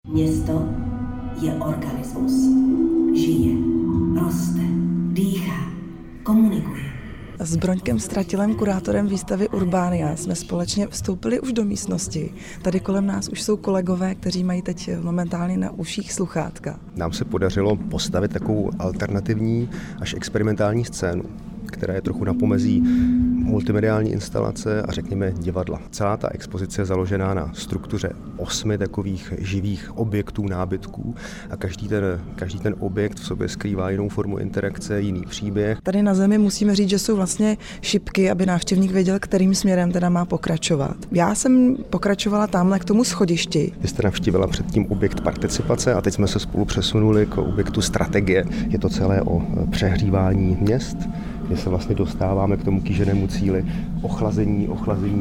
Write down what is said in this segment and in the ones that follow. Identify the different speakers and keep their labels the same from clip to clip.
Speaker 1: Město je organismus. Žije, roste, dýchá, komunikuje.
Speaker 2: S Broňkem Stratilem, kurátorem výstavy Urbania, jsme společně vstoupili už do místnosti. Tady kolem nás už jsou kolegové, kteří mají teď momentálně na uších sluchátka.
Speaker 3: Nám se podařilo postavit takovou alternativní až experimentální scénu, která je trochu na pomezí multimediální instalace a řekněme divadla. Celá ta expozice je založená na struktuře 8 takových živých objektů, nábytků a každý ten objekt v sobě skrývá jinou formu interakce, jiný příběh.
Speaker 2: Tady na zemi musíme říct, že jsou vlastně šipky, aby návštěvník věděl, kterým směrem teda má pokračovat. Já jsem pokračovala tamhle k tomu schodišti.
Speaker 3: Vy jste navštívila předtím objekt participace a teď jsme se spolu přesunuli k objektu strategie. Je to celé o přehřívání měst, kde se vlastně dostáváme k tomu kýženému cíli ochlazení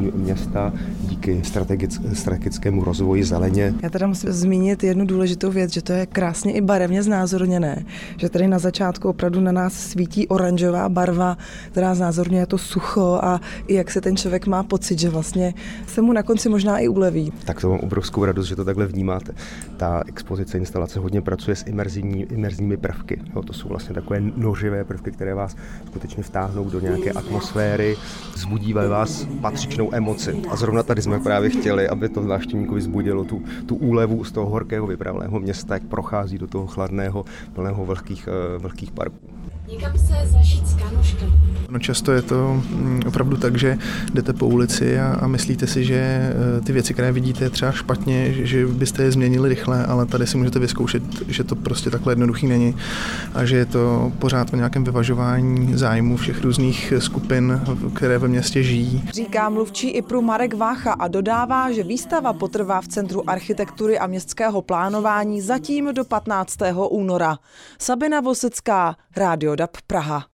Speaker 3: města díky strategickému rozvoji zeleně.
Speaker 2: Já teda musím zmínit jednu důležitou věc, že to je krásně i barevně znázorněné, že tady na začátku opravdu na nás svítí oranžová barva, která znázorňuje to sucho a i jak se ten člověk má pocit, že vlastně se mu na konci možná i uleví.
Speaker 3: Tak to mám obrovskou radost, že to takhle vnímáte. Ta expozice, instalace hodně pracuje s imerzivními prvky. Jo, to jsou vlastně takové noživé prvky, které vás skutečně vtáhnou do nějaké atmosféry, vzbudí ve vás patřičnou emoci. A zrovna tady jsme právě chtěli, aby to návštěvníkovi vzbudilo tu úlevu z toho horkého vypraveného města, jak prochází do toho chladného, plného vlhkých parků.
Speaker 4: Někam se zašít s kanoškami.
Speaker 5: No často je to opravdu tak, že jdete po ulici a myslíte si, že ty věci, které vidíte třeba špatně, že byste je změnili rychle, ale tady si můžete vyzkoušet, že to prostě takhle jednoduchý není a že je to pořád o nějakém vyvažování zájmů všech různých skupin, které ve městě žijí.
Speaker 2: Říká mluvčí IPRu Marek Vácha a dodává, že výstava potrvá v Centru architektury a městského plánování zatím do 15. února. Sabina Vosecká, Rádio DAB Praha.